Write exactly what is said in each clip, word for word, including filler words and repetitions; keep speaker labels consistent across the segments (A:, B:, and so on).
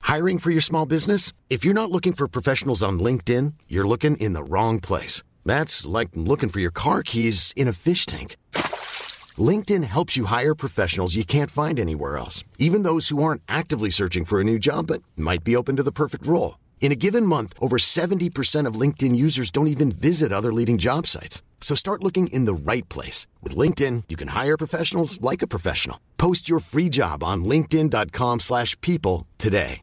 A: Hiring for your small business? If you're not looking for professionals on LinkedIn, you're looking in the wrong place. That's like looking for your car keys in a fish tank. LinkedIn helps you hire professionals you can't find anywhere else, even those who aren't actively searching for a new job but might be open to the perfect role. In a given month, over seventy percent of LinkedIn users don't even visit other leading job sites. So start looking in the right place. With LinkedIn, you can hire professionals like a professional. Post your free job on linkedin.com slash people today.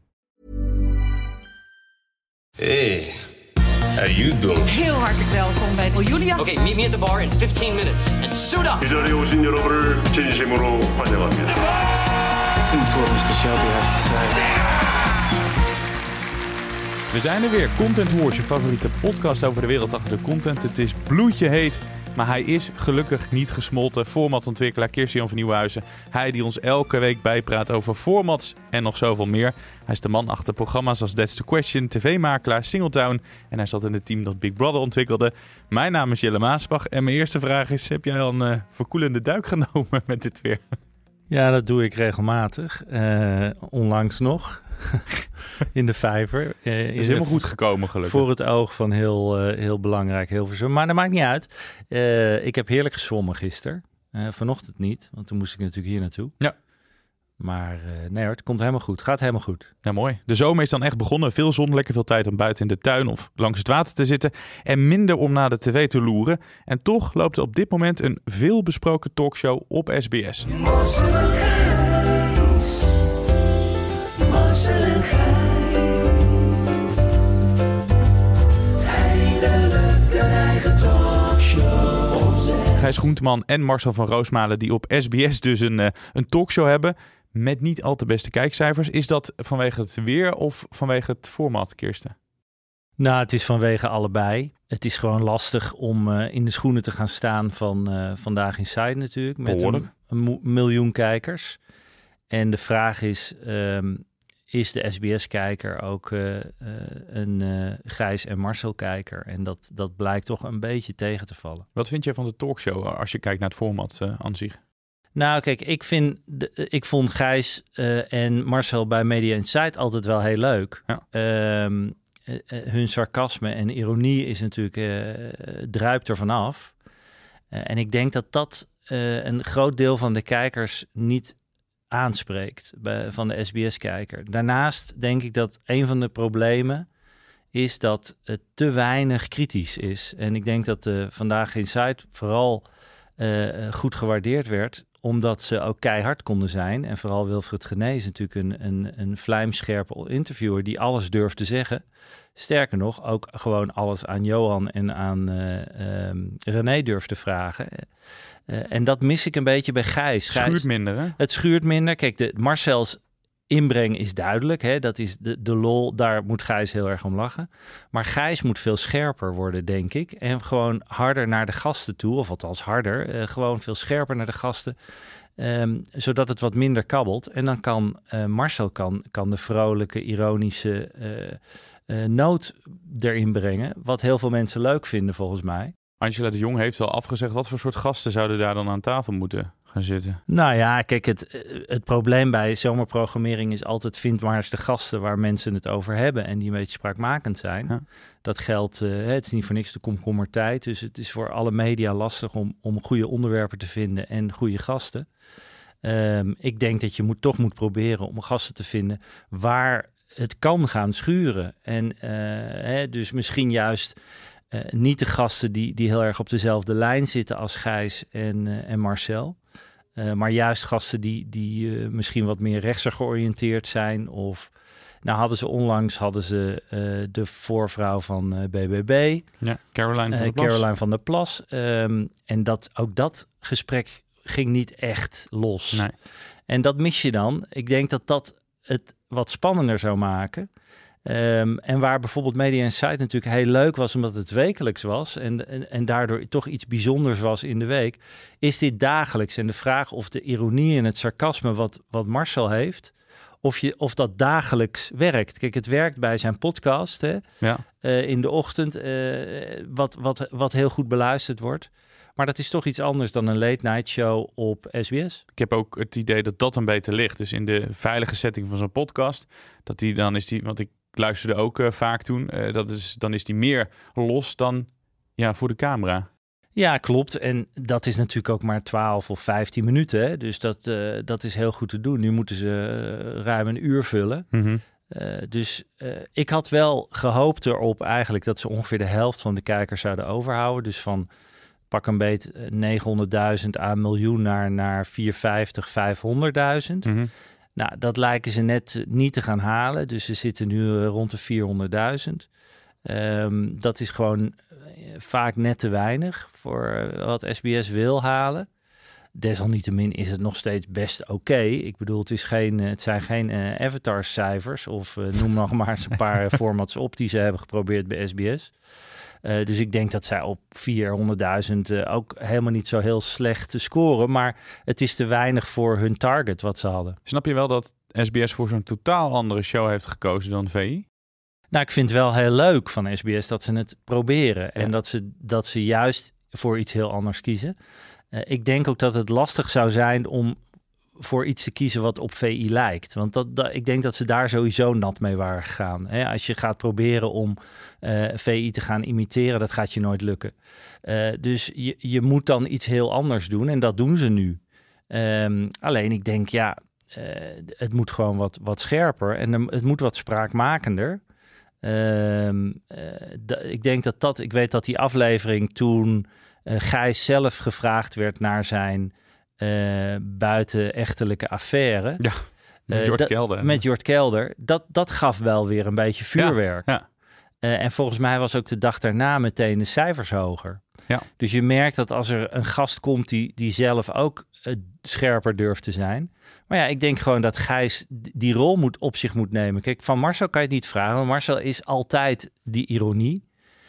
B: Hey, how you doing?
C: Heel hartelijk welkom bij Julia.
D: Okay, meet me at the bar in fifteen minutes and suit up.
E: 이 자리에 오신 여러분을 진심으로 환영합니다.
F: Listen to what mister Shelby has to say.
G: We zijn er weer. Content Wars, je favoriete podcast over de wereld achter de content. Het is bloedje heet, maar hij is gelukkig niet gesmolten. Formatontwikkelaar Kirstian van Nieuwenhuizen. Hij die ons elke week bijpraat over formats en nog zoveel meer. Hij is de man achter programma's als That's the Question, tv-makelaar, Singletown. En hij zat in het team dat Big Brother ontwikkelde. Mijn naam is Jelle Maasbach en mijn eerste vraag is, heb jij al een uh, verkoelende duik genomen met dit weer?
H: Ja, dat doe ik regelmatig. Uh, onlangs nog. In de vijver. Uh,
G: is helemaal goed gekomen, gelukkig.
H: Voor het oog van heel, uh, heel belangrijk Hilversum. Maar dat maakt niet uit. Uh, ik heb heerlijk gezwommen gisteren. Uh, vanochtend niet, want toen moest ik natuurlijk hier naartoe.
G: Ja.
H: Maar uh, nee hoor, het komt helemaal goed. Gaat helemaal goed.
G: Ja, mooi. De zomer is dan echt begonnen. Veel zon, lekker veel tijd om buiten in de tuin of langs het water te zitten. En minder om naar de tv te loeren. En toch loopt er op dit moment een veelbesproken talkshow op S B S.
I: Marcel en Gijs. Marcel en Gijs. Eindelijk een eigen talkshow.
G: Gijs Groenteman en Marcel van Roosmalen die op S B S dus een, uh, een talkshow hebben. Met niet al te beste kijkcijfers. Is dat vanwege het weer of vanwege het format, Kirsten?
H: Nou, het is vanwege allebei. Het is gewoon lastig om uh, in de schoenen te gaan staan van uh, Vandaag Inside natuurlijk. Met een, een mo- miljoen kijkers. En de vraag is, um, is de S B S-kijker ook uh, uh, een uh, Gijs en Marcel-kijker? En dat, dat blijkt toch een beetje tegen te vallen.
G: Wat vind jij van de talkshow als je kijkt naar het format uh, aan zich?
H: Nou, kijk, ik, vind de, ik vond Gijs uh, en Marcel bij Media Insight altijd wel heel leuk. Ja. Um, uh, uh, hun sarcasme en ironie is natuurlijk uh, druipt er vanaf. Uh, en ik denk dat dat uh, een groot deel van de kijkers niet aanspreekt bij, van de S B S-kijker. Daarnaast denk ik dat een van de problemen is dat het te weinig kritisch is. En ik denk dat uh, Vandaag Inside vooral uh, goed gewaardeerd werd, omdat ze ook keihard konden zijn. En vooral Wilfred Genee is natuurlijk een, een, een vlijmscherpe interviewer die alles durft te zeggen. Sterker nog, ook gewoon alles aan Johan en aan uh, um, René durft te vragen. Uh, en dat mis ik een beetje bij Gijs.
G: Het schuurt minder, hè?
H: Het schuurt minder. Kijk, de Marcel's inbreng is duidelijk. Hè? Dat is de, de lol, daar moet Gijs heel erg om lachen. Maar Gijs moet veel scherper worden, denk ik. En gewoon harder naar de gasten toe. Of althans harder. Uh, gewoon veel scherper naar de gasten. Um, zodat het wat minder kabbelt. En dan kan uh, Marcel kan, kan de vrolijke, ironische uh, uh, noot erin brengen. Wat heel veel mensen leuk vinden, volgens mij.
G: Angela de Jong heeft al afgezegd. Wat voor soort gasten zouden daar dan aan tafel moeten gaan zitten?
H: Nou ja, kijk, het, het probleem bij zomerprogrammering is altijd: vind maar eens de gasten waar mensen het over hebben en die een beetje spraakmakend zijn. Ja. Dat geldt, uh, het is niet voor niks de komkommertijd. Dus het is voor alle media lastig om, om goede onderwerpen te vinden en goede gasten. Um, ik denk dat je moet, toch moet proberen om gasten te vinden waar het kan gaan schuren. En uh, hè, dus misschien juist Uh, niet de gasten die, die heel erg op dezelfde lijn zitten als Gijs en, uh, en Marcel. Uh, maar juist gasten die, die uh, misschien wat meer rechtser georiënteerd zijn. Of nou hadden ze onlangs hadden ze uh, de voorvrouw van uh, B B B.
G: Ja, Caroline van
H: uh,
G: der Plas.
H: Caroline van der Plas. Um, en dat, ook dat gesprek ging niet echt los.
G: Nee.
H: En dat mis je dan. Ik denk dat dat het wat spannender zou maken. Um, en waar bijvoorbeeld Media Insight natuurlijk heel leuk was, omdat het wekelijks was en, en, en daardoor toch iets bijzonders was in de week, is dit dagelijks. En de vraag of de ironie en het sarcasme wat, wat Marcel heeft, of, je, of dat dagelijks werkt. Kijk, het werkt bij zijn podcast hè,
G: ja.
H: uh, in de ochtend, uh, wat, wat, wat heel goed beluisterd wordt. Maar dat is toch iets anders dan een late night show op S B S.
G: Ik heb ook het idee dat dat een beter ligt. Dus in de veilige setting van zo'n podcast, dat die dan is die, want ik luisterde ook uh, vaak toen, uh, dat is, dan is die meer los dan ja, voor de camera.
H: Ja, klopt. En dat is natuurlijk ook maar twaalf of vijftien minuten. Hè? Dus dat, uh, dat is heel goed te doen. Nu moeten ze uh, ruim een uur vullen.
G: Mm-hmm.
H: Uh, dus uh, ik had wel gehoopt erop eigenlijk dat ze ongeveer de helft van de kijkers zouden overhouden. Dus van pak een beet negenhonderdduizend aan miljoen naar, naar vierhonderdvijftig, vijfhonderdduizend.
G: Mm-hmm.
H: Nou, dat lijken ze net niet te gaan halen. Dus ze zitten nu uh, rond de vierhonderdduizend. Um, dat is gewoon uh, vaak net te weinig voor uh, wat S B S wil halen. Desalniettemin is het nog steeds best oké. Okay. Ik bedoel, het, is geen, het zijn geen uh, Avatar-cijfers of uh, noem nog maar eens een paar formats op die ze hebben geprobeerd bij S B S. Uh, dus ik denk dat zij op vierhonderdduizend uh, ook helemaal niet zo heel slecht te scoren. Maar het is te weinig voor hun target wat ze hadden.
G: Snap je wel dat S B S voor zo'n totaal andere show heeft gekozen dan V I?
H: Nou, ik vind het wel heel leuk van S B S dat ze het proberen. Ja. En dat ze, dat ze juist voor iets heel anders kiezen. Uh, ik denk ook dat het lastig zou zijn om voor iets te kiezen wat op V I lijkt. Want dat, dat, ik denk dat ze daar sowieso nat mee waren gegaan. Hè? Als je gaat proberen om uh, V I te gaan imiteren, dat gaat je nooit lukken. Uh, dus je, je moet dan iets heel anders doen en dat doen ze nu. Um, alleen ik denk, ja, uh, het moet gewoon wat, wat scherper en het moet wat spraakmakender. Um, uh, d- ik denk dat dat, ik weet dat die aflevering toen uh, Gijs zelf gevraagd werd naar zijn uh, buitenechtelijke affaire.
G: Ja, met Jort uh, Kelder.
H: Da- met Jort Kelder. Dat, dat gaf wel weer een beetje vuurwerk.
G: Ja, ja.
H: Uh, en volgens mij was ook de dag daarna meteen de cijfers hoger.
G: Ja.
H: Dus je merkt dat als er een gast komt die, die zelf ook uh, scherper durft te zijn. Maar ja, ik denk gewoon dat Gijs die rol moet op zich moet nemen. Kijk, van Marcel kan je het niet vragen. Want Marcel is altijd die ironie.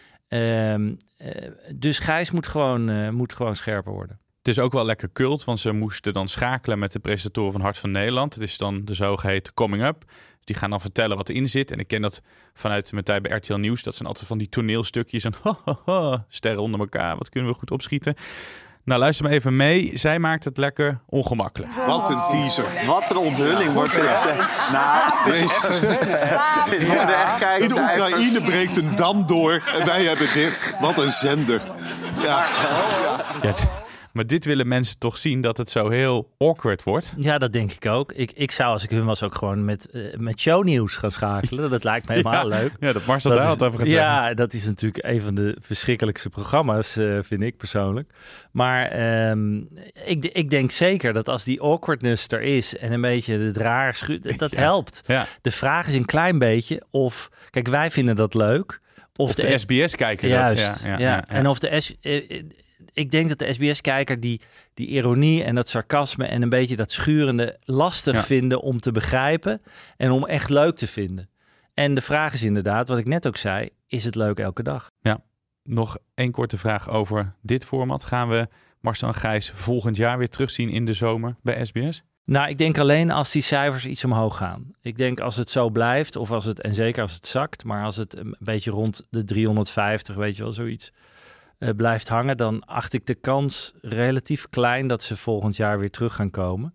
H: Um, uh, dus Gijs moet gewoon, uh, moet gewoon scherper worden.
G: Het is ook wel lekker cult, want ze moesten dan schakelen met de presentatoren van Hart van Nederland. Het is dan de zogeheten Coming Up. Die gaan dan vertellen wat erin zit. En ik ken dat vanuit mijn tijd bij R T L Nieuws. Dat zijn altijd van die toneelstukjes en ho, ho, ho, sterren onder elkaar. Wat kunnen we goed opschieten? Nou, luister maar even mee. Zij maakt het lekker ongemakkelijk.
J: Wat een teaser. Wat een onthulling wordt dit. Nou, het is echt... Ja, in de Oekraïne breekt een dam door en wij hebben dit. Wat een zender. Ja.
G: Ja, maar dit willen mensen toch zien, dat het zo heel awkward wordt?
H: Ja, dat denk ik ook. Ik, ik zou, als ik hun was, ook gewoon met, uh, met shownieuws gaan schakelen. Dat lijkt me helemaal
G: ja,
H: leuk.
G: Ja, dat Marcel daar wat over gaat
H: ja,
G: zeggen.
H: Ja, dat is natuurlijk een van de verschrikkelijkste programma's, uh, vind ik persoonlijk. Maar um, ik, ik denk zeker dat als die awkwardness er is en een beetje het raar schu- dat ja. helpt.
G: Ja.
H: De vraag is een klein beetje of... Kijk, wij vinden dat leuk. Of,
G: of de, de S B S-kijker
H: juist,
G: dat. Ja, ja,
H: ja.
G: ja, ja.
H: En of de S... Uh, ik denk dat de S B S-kijker die, die ironie en dat sarcasme en een beetje dat schurende lastig ja. vinden om te begrijpen en om echt leuk te vinden. En de vraag is inderdaad, wat ik net ook zei, is het leuk elke dag?
G: Ja, nog één korte vraag over dit format. Gaan we Marcel en Gijs volgend jaar weer terugzien in de zomer bij S B S?
H: Nou, ik denk alleen als die cijfers iets omhoog gaan. Ik denk als het zo blijft, of als het, en zeker als het zakt, maar als het een beetje rond de driehonderdvijftig, weet je wel, zoiets... Uh, blijft hangen, dan acht ik de kans relatief klein dat ze volgend jaar weer terug gaan komen.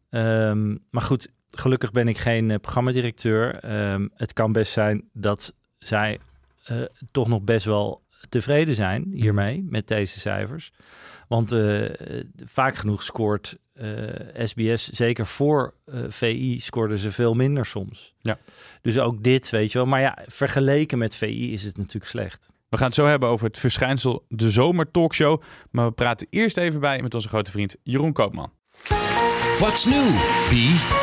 H: Um, maar goed, gelukkig ben ik geen uh, programmadirecteur. Um, het kan best zijn dat zij uh, toch nog best wel tevreden zijn hiermee, met deze cijfers. Want uh, vaak genoeg scoort uh, S B S, zeker voor uh, V I, scoorden ze veel minder soms.
G: Ja.
H: Dus ook dit, weet je wel. Maar ja, vergeleken met V I is het natuurlijk slecht.
G: We gaan het zo hebben over het verschijnsel De Zomer Talkshow. Maar we praten eerst even bij met onze grote vriend Jeroen Koopman.
K: What's new, B?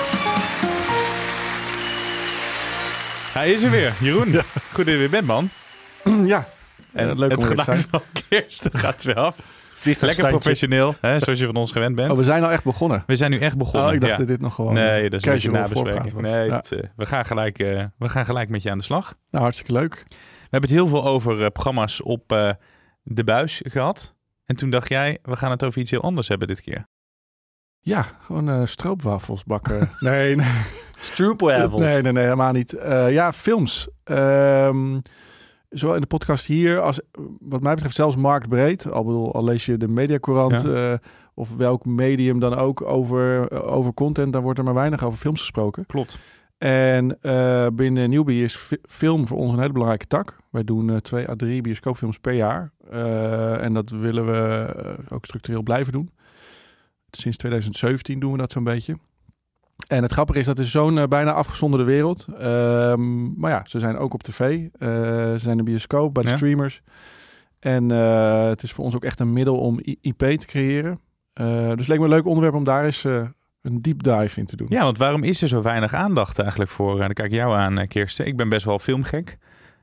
G: Hij is er weer. Jeroen, ja. Goed dat je weer bent, man.
L: Ja,
G: en
L: leuk
G: het
L: om te zijn.
G: van Kirsten gaat weer af. Lekker professioneel, hè, zoals je van ons gewend bent.
L: Oh, we zijn al echt begonnen.
G: We zijn nu echt begonnen.
L: Oh, ik dacht
G: ja.
L: dat dit nog gewoon
G: nee, dat is een beetje
L: nabespreking.
G: Nee,
L: ja.
G: dat, uh, we, gaan gelijk, uh, we gaan gelijk met je aan de slag.
L: Nou, hartstikke leuk.
G: We hebben het heel veel over uh, programma's op uh, de buis gehad. En toen dacht jij, we gaan het over iets heel anders hebben dit keer.
L: Ja, gewoon uh, stroopwafels bakken. nee, nee.
H: Stroopwafels?
L: Nee, nee, nee, helemaal niet. Uh, ja, films. Um, zowel in de podcast hier als wat mij betreft zelfs marktbreed. Al bedoel, al lees je de Mediacourant ja. uh, of welk medium dan ook over, uh, over content, dan wordt er maar weinig over films gesproken.
G: Klopt.
L: En uh, binnen Newbie is fi- film voor ons een hele belangrijke tak. Wij doen uh, twee à drie bioscoopfilms per jaar. Uh, en dat willen we uh, ook structureel blijven doen. Sinds twintig zeventien doen we dat zo'n beetje. En het grappige is, dat is zo'n uh, bijna afgezonderde wereld. Um, maar ja, ze zijn ook op tv. Uh, ze zijn in de bioscoop, bij de ja. streamers. En uh, het is voor ons ook echt een middel om I P te creëren. Uh, dus het leek me een leuk onderwerp om daar eens uh, een deep dive in te doen.
G: Ja, want waarom is er zo weinig aandacht eigenlijk voor? Uh, dan kijk ik jou aan, Kirsten. Ik ben best wel filmgek.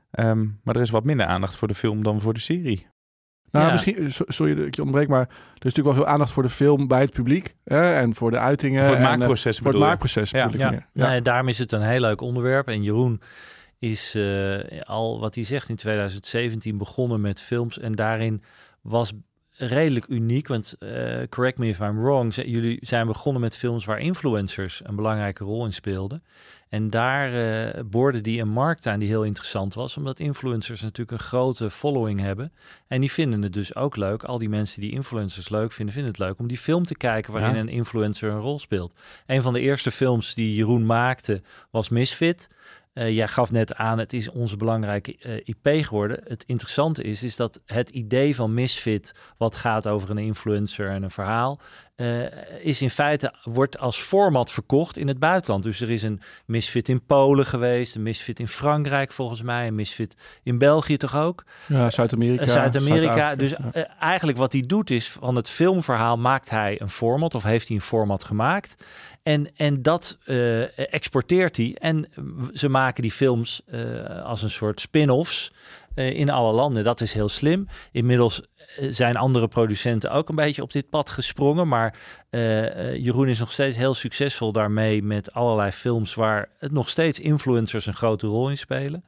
G: Um, maar er is wat minder aandacht voor de film dan voor de serie.
L: Nou,
H: ja.
L: misschien, sorry dat ik je ontbreek, maar er is natuurlijk wel veel aandacht voor de film bij het publiek. Hè, en voor de uitingen.
G: Voor het
L: en,
G: maakproces.
L: Voor het maakproces.
H: Ja.
L: Ja.
H: Ja. Ja. Nee, daarom is het een heel leuk onderwerp. En Jeroen is uh, al, wat hij zegt, in twintig zeventien begonnen met films. En daarin was redelijk uniek. Want, uh, correct me if I'm wrong, z- jullie zijn begonnen met films waar influencers een belangrijke rol in speelden. En daar uh, boorde die een markt aan die heel interessant was. Omdat influencers natuurlijk een grote following hebben. En die vinden het dus ook leuk. Al die mensen die influencers leuk vinden, vinden het leuk om die film te kijken waarin ja. een influencer een rol speelt. Een van de eerste films die Jeroen maakte was Misfit. Uh, jij gaf net aan, het is onze belangrijke uh, I P geworden. Het interessante is, is dat het idee van Misfit, wat gaat over een influencer en een verhaal, uh, is in feite, wordt als format verkocht in het buitenland. Dus er is een Misfit in Polen geweest, een Misfit in Frankrijk volgens mij, een Misfit in België toch ook?
L: Ja, Zuid-Amerika.
H: Uh, Zuid-Amerika. Dus
L: ja.
H: uh, eigenlijk wat hij doet is, van het filmverhaal maakt hij een format, of heeft hij een format gemaakt. En, en dat uh, exporteert hij. En ze maken die films uh, als een soort spin-offs uh, in alle landen. Dat is heel slim. Inmiddels uh, zijn andere producenten ook een beetje op dit pad gesprongen. Maar uh, uh, Jeroen is nog steeds heel succesvol daarmee met allerlei films waar het nog steeds influencers een grote rol in spelen.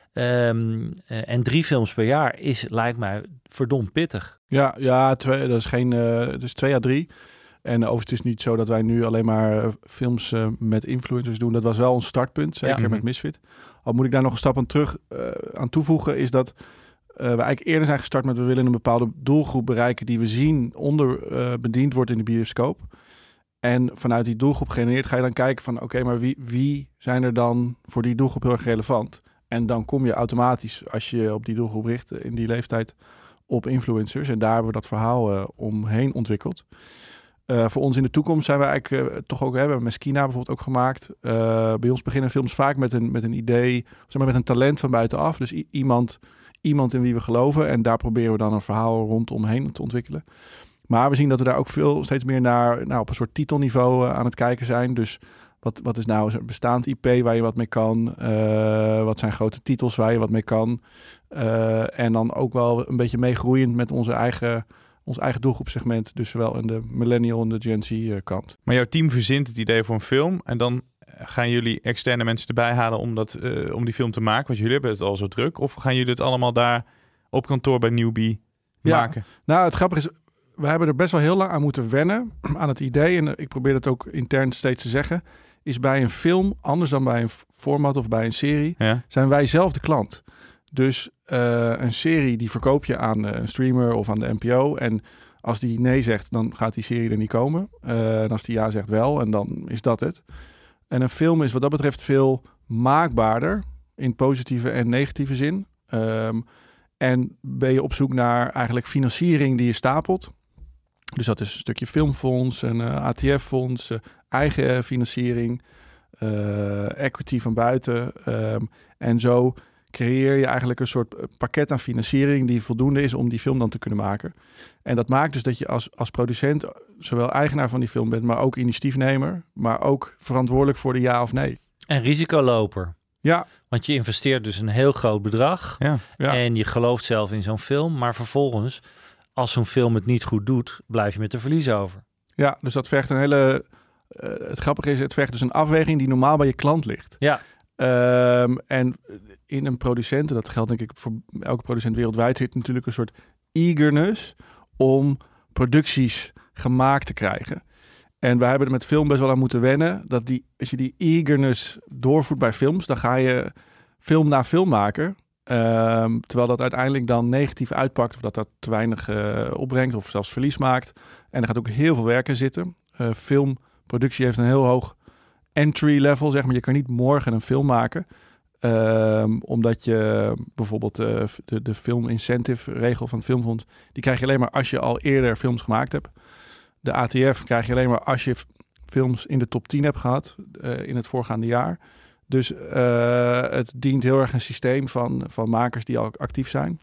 H: Um, uh, en drie films per jaar is, lijkt mij, verdomd pittig.
L: Ja, ja twee, dat is geen, uh, het is twee à drie. En overigens het is niet zo dat wij nu alleen maar uh, films uh, met influencers doen. Dat was wel ons startpunt, zeker ja. met Misfit. Al moet ik daar nog een stap aan terug uh, aan toevoegen, is dat uh, we eigenlijk eerder zijn gestart met we willen een bepaalde doelgroep bereiken die we zien onder uh, bediend wordt in de bioscoop. En vanuit die doelgroep genereert ga je dan kijken van oké, okay, maar wie, wie zijn er dan voor die doelgroep heel erg relevant? En dan kom je automatisch, als je op die doelgroep richt in die leeftijd, op influencers. En daar hebben we dat verhaal uh, omheen ontwikkeld. Uh, voor ons in de toekomst zijn we eigenlijk uh, toch ook, hè, we hebben Meskina bijvoorbeeld ook gemaakt. Uh, bij ons beginnen films vaak met een, met een idee, zeg maar met een talent van buitenaf. Dus i- iemand, iemand in wie we geloven. En daar proberen we dan een verhaal rondomheen te ontwikkelen. Maar we zien dat we daar ook veel steeds meer naar, nou, op een soort titelniveau uh, aan het kijken zijn. Dus wat, wat is nou een bestaand I P waar je wat mee kan? Uh, wat zijn grote titels waar je wat mee kan? Uh, en dan ook wel een beetje meegroeiend met onze eigen... ons eigen doelgroepsegment, dus zowel in de millennial en de Gen Z uh, kant.
G: Maar jouw team verzint het idee voor een film en dan gaan jullie externe mensen erbij halen om, dat, uh, om die film te maken, want jullie hebben het al zo druk, of gaan jullie het allemaal daar op kantoor bij Newbie
L: ja,
G: maken?
L: Nou, het grappige is, we hebben er best wel heel lang aan moeten wennen, aan het idee, en ik probeer dat ook intern steeds te zeggen, is bij een film, anders dan bij een format of bij een serie, ja. zijn wij zelf de klant. Dus uh, een serie die verkoop je aan uh, een streamer of aan de N P O. En als die nee zegt, dan gaat die serie er niet komen. Uh, en als die ja zegt wel, en dan is dat het. En een film is wat dat betreft veel maakbaarder in positieve en negatieve zin. Um, en ben je op zoek naar eigenlijk financiering die je stapelt. Dus dat is een stukje filmfonds, een uh, A T F-fonds, uh, eigen financiering, uh, equity van buiten. Um, en zo creëer je eigenlijk een soort pakket aan financiering die voldoende is om die film dan te kunnen maken. En dat maakt dus dat je als, als producent zowel eigenaar van die film bent, maar ook initiatiefnemer, maar ook verantwoordelijk voor de ja of nee.
H: En risicoloper.
L: Ja.
H: Want je investeert dus een heel groot bedrag ja. Ja. en je gelooft zelf in zo'n film, maar vervolgens, als zo'n film het niet goed doet, blijf je met de verlies over.
L: Ja, dus dat vergt een hele... Uh, het grappige is, het vergt dus een afweging die normaal bij je klant ligt.
H: Ja.
L: Um, en in een producent, dat geldt denk ik voor elke producent wereldwijd, zit natuurlijk een soort eagerness om producties gemaakt te krijgen. En wij hebben er met film best wel aan moeten wennen, dat die, als je die eagerness doorvoert bij films, dan ga je film na film maken. Um, terwijl dat uiteindelijk dan negatief uitpakt... of dat dat te weinig uh, opbrengt of zelfs verlies maakt. En er gaat ook heel veel werk in zitten. Uh, filmproductie heeft een heel hoog entry level, zeg maar. Je kan niet morgen een film maken... Um, omdat je bijvoorbeeld uh, de, de film incentive regel van het Filmfonds... die krijg je alleen maar als je al eerder films gemaakt hebt. De A T F krijg je alleen maar als je f- films in de top tien hebt gehad... Uh, in het voorgaande jaar... Dus uh, het dient heel erg een systeem van, van makers die al actief zijn.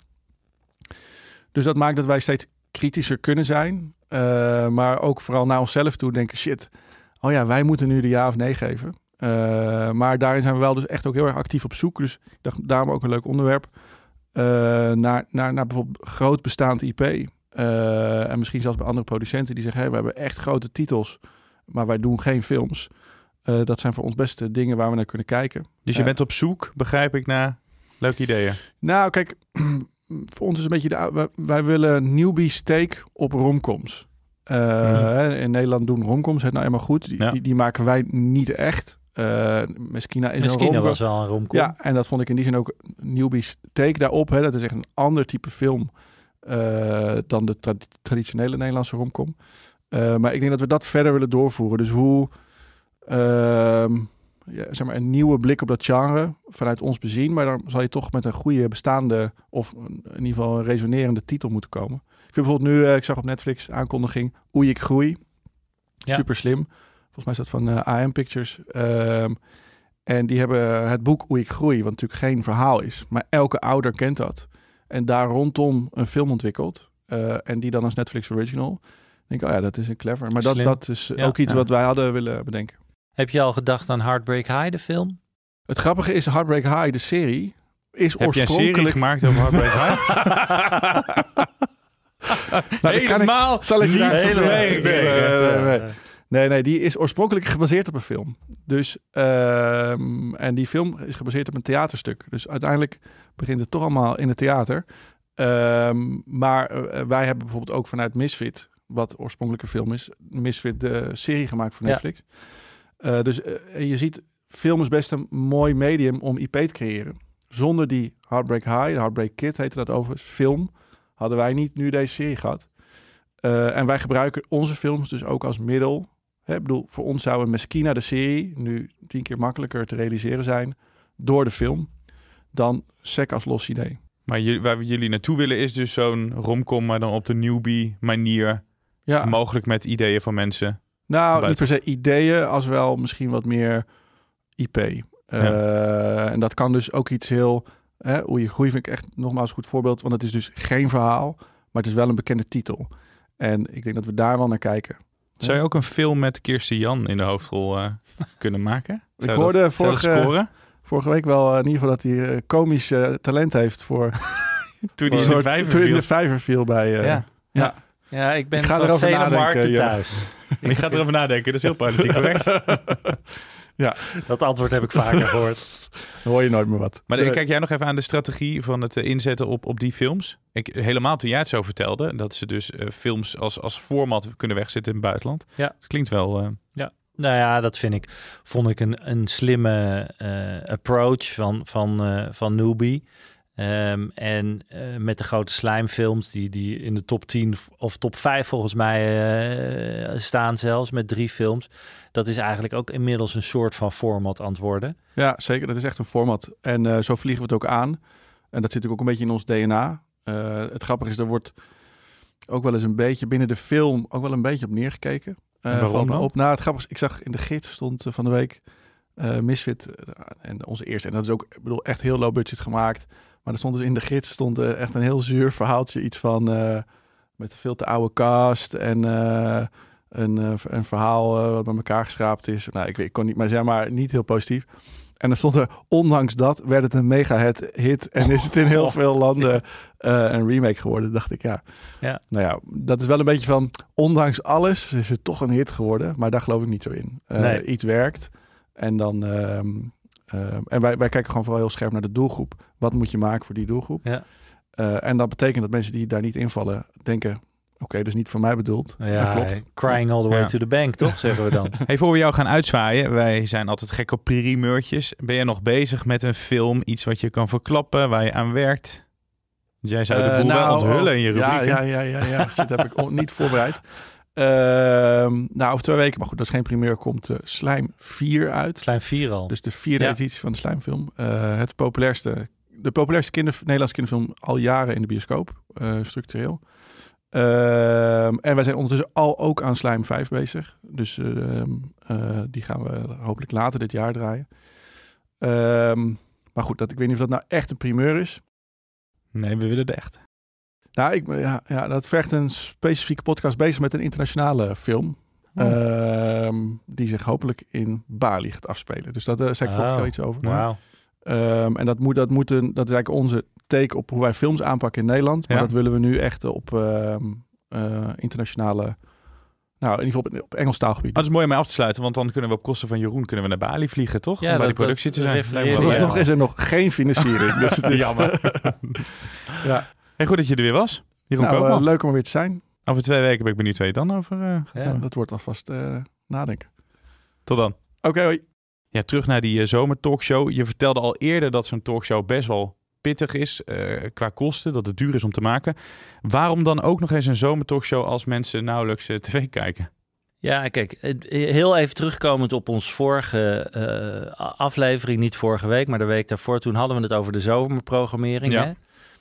L: Dus dat maakt dat wij steeds kritischer kunnen zijn. Uh, maar ook vooral naar onszelf toe denken... shit, oh ja, wij moeten nu de ja of nee geven. Uh, maar daarin zijn we wel dus echt ook heel erg actief op zoek. Dus ik dacht, daarom ook een leuk onderwerp. Uh, naar, naar, naar bijvoorbeeld groot bestaand I P. Uh, en misschien zelfs bij andere producenten die zeggen... Hey, we hebben echt grote titels, maar wij doen geen films... Uh, dat zijn voor ons beste dingen waar we naar kunnen kijken.
G: Dus je uh, bent op zoek, begrijp ik, naar leuke ideeën?
L: Nou, kijk, voor ons is een beetje... De, wij, wij willen newbies take op romcoms. Uh, mm-hmm. In Nederland doen romcoms het nou helemaal goed. Die, ja. die, die maken wij niet echt. Uh, Meskina is
H: Meskina
L: een romcom.
H: was wel een romcom.
L: Ja, en dat vond ik in die zin ook newbies take daarop. Hè. Dat is echt een ander type film uh, dan de tra- traditionele Nederlandse romcom. Uh, maar ik denk dat we dat verder willen doorvoeren. Dus hoe... Uh, ja, zeg maar een nieuwe blik op dat genre vanuit ons bezien. Maar dan zal je toch met een goede bestaande of in ieder geval een resonerende titel moeten komen. Ik vind bijvoorbeeld nu, uh, ik zag op Netflix aankondiging Oei ik groei. Ja. Super slim. Volgens mij is dat van uh, A M Pictures. Um, en die hebben het boek Oei ik groei, wat natuurlijk geen verhaal is. Maar elke ouder kent dat. En daar rondom een film ontwikkeld. Uh, en die dan als Netflix original. Denk ik, oh ja, dat is een clever. Maar dat, dat is ja. ook iets ja. wat wij hadden willen bedenken.
H: Heb je al gedacht aan Heartbreak High, de film?
L: Het grappige is, Heartbreak High, de serie, is
G: Heb
L: oorspronkelijk...
G: Heb je een serie gemaakt over Heartbreak High? nou, helemaal
L: ik, zal ik
G: niet helemaal
L: nee, nee, nee, nee. nee, nee, die is oorspronkelijk gebaseerd op een film. Dus, um, en die film is gebaseerd op een theaterstuk. Dus uiteindelijk begint het toch allemaal in het theater. Um, maar uh, wij hebben bijvoorbeeld ook vanuit Misfit, wat oorspronkelijke film is, Misfit de serie gemaakt voor Netflix. Ja. Uh, dus uh, je ziet, film is best een mooi medium om I P te creëren. Zonder die Heartbreak High, Heartbreak Kid heette dat overigens, film, hadden wij niet nu deze serie gehad. Uh, en wij gebruiken onze films dus ook als middel. Hè, ik bedoel, voor ons zou een Meskina, de serie, nu tien keer makkelijker te realiseren zijn door de film dan sec als los idee.
G: Maar jullie, waar jullie naartoe willen is dus zo'n romcom, maar dan op de newbie manier. Ja. Mogelijk met ideeën van mensen.
L: Nou, buiten. Niet per se ideeën, als wel misschien wat meer I P. Uh, ja. En dat kan dus ook iets heel... Hè, Oei ik groei vind ik echt nogmaals een goed voorbeeld. Want het is dus geen verhaal, maar het is wel een bekende titel. En ik denk dat we daar wel naar kijken.
G: Zou je ook een film met Kirsten Jan in de hoofdrol uh, kunnen maken? Zou
L: ik hoorde
G: dat,
L: vorige, vorige week wel uh, in ieder geval dat hij uh, komisch uh, talent heeft voor...
G: toen hij in de vijver viel.
L: Toen in de vijver viel bij... Uh,
H: ja.
L: ja.
H: ja. Ja, ik ben
L: ik ga
H: van
L: erover
H: vele
L: nadenken,
H: markten
L: ja.
H: thuis.
G: Ik ga erover nadenken, dat is heel politiek correct.
L: Ja,
H: dat antwoord heb ik vaker gehoord.
L: Dan hoor je nooit meer wat.
G: Maar nee. Kijk jij nog even aan de strategie van het inzetten op, op die films? Ik, helemaal toen jij het zo vertelde, dat ze dus uh, films als, als format kunnen wegzetten in het buitenland.
H: Ja.
G: Dat klinkt wel... Uh...
H: Ja. Nou ja, dat vind ik, vond ik een, een slimme uh, approach van, van, uh, van Newbie. Um, en uh, met de grote slijmfilms die, die in de top tien of top vijf volgens mij uh, staan zelfs met drie films. Dat is eigenlijk ook inmiddels een soort van format aan het worden.
L: Ja, zeker. Dat is echt een format. En uh, zo vliegen we het ook aan. En dat zit ook een beetje in ons D N A. Uh, het grappige is, er wordt ook wel eens een beetje binnen de film ook wel een beetje op neergekeken. Uh,
G: en waarom dan?
L: Op, nou, het grappige is, ik zag in de gids stond uh, van de week uh, Misfit uh, en onze eerste. En dat is ook, ik bedoel, echt heel low budget gemaakt. Maar er stond dus in de gids stond uh, echt een heel zuur verhaaltje. Iets van uh, met veel te oude cast en uh, een, uh, een verhaal uh, wat bij elkaar geschraapt is. Nou, ik, weet, ik kon niet, maar zeg maar niet heel positief. En dan stond er, ondanks dat werd het een mega hit en is het in heel veel landen uh, een remake geworden. Dacht ik, ja.
H: ja.
L: Nou ja, dat is wel een beetje van, ondanks alles is het toch een hit geworden. Maar daar geloof ik niet zo in. Uh, nee. Iets werkt en dan... Um, Uh, en wij, wij kijken gewoon vooral heel scherp naar de doelgroep. Wat moet je maken voor die doelgroep?
H: Ja.
L: Uh, en dat betekent dat mensen die daar niet invallen denken... okay, dus niet voor mij bedoeld.
H: Ja,
L: dat klopt.
H: Crying all the way
G: ja.
H: to the bank, toch? Zeggen we dan.
G: Hey, voor we jou gaan uitzwaaien, wij zijn altijd gek op primeurtjes. Ben je nog bezig met een film, iets wat je kan verklappen, waar je aan werkt? Jij zou de boel uh, nou, wel onthullen in je rubriek.
L: Ja, ja, ja, ja, ja. Shit, heb ik on- niet voorbereid. Uh, nou, over twee weken, maar goed, dat is geen primeur, komt uh, Slijm vier uit.
H: Slijm vier al.
L: Dus de vierde
H: ja.
L: editie van de Slijmfilm. Uh, het populairste, de populairste kinder, Nederlandse kinderfilm al jaren in de bioscoop, uh, structureel. Uh, en wij zijn ondertussen al ook aan Slijm vijf bezig. Dus uh, uh, die gaan we hopelijk later dit jaar draaien. Uh, maar goed, dat, ik weet niet of dat nou echt een primeur is.
G: Nee, we willen het echt.
L: Nou, ik, ja, ja, dat vergt een specifieke podcast bezig met een internationale film. Oh. Uh, die zich hopelijk in Bali gaat afspelen. Dus daar uh, zei ik oh. vorige keer iets over.
H: Wow.
L: Um, en dat moet, dat moet een, dat is eigenlijk onze take op hoe wij films aanpakken in Nederland. Maar ja. dat willen we nu echt op uh, uh, internationale, nou in ieder geval op, op Engels taalgebied.
G: Oh, dat is mooi om mee af te sluiten, want dan kunnen we op kosten van Jeroen kunnen we naar Bali vliegen, toch?
H: Ja,
G: om bij
H: dat,
G: die productie te zijn.
L: Vooralsnog is er nog geen financiering. Dus het is
G: jammer.
L: ja.
G: Hey, goed dat je er weer was. Jeroen
L: nou,
G: Koopman.
L: Uh, leuk om er weer te zijn.
G: Over twee weken ben ik benieuwd waar je dan over uh, gaat
L: ja, dat wordt alvast uh, nadenken.
G: Tot dan.
L: Oké, okay, hoi.
G: Ja, terug naar die uh, zomertalkshow. Je vertelde al eerder dat zo'n talkshow best wel pittig is uh, qua kosten, dat het duur is om te maken. Waarom dan ook nog eens een zomertalkshow als mensen nauwelijks uh, tv kijken?
H: Ja, kijk, heel even terugkomend op ons vorige uh, aflevering, niet vorige week, maar de week daarvoor, toen hadden we het over de zomerprogrammering. Ja. Hè?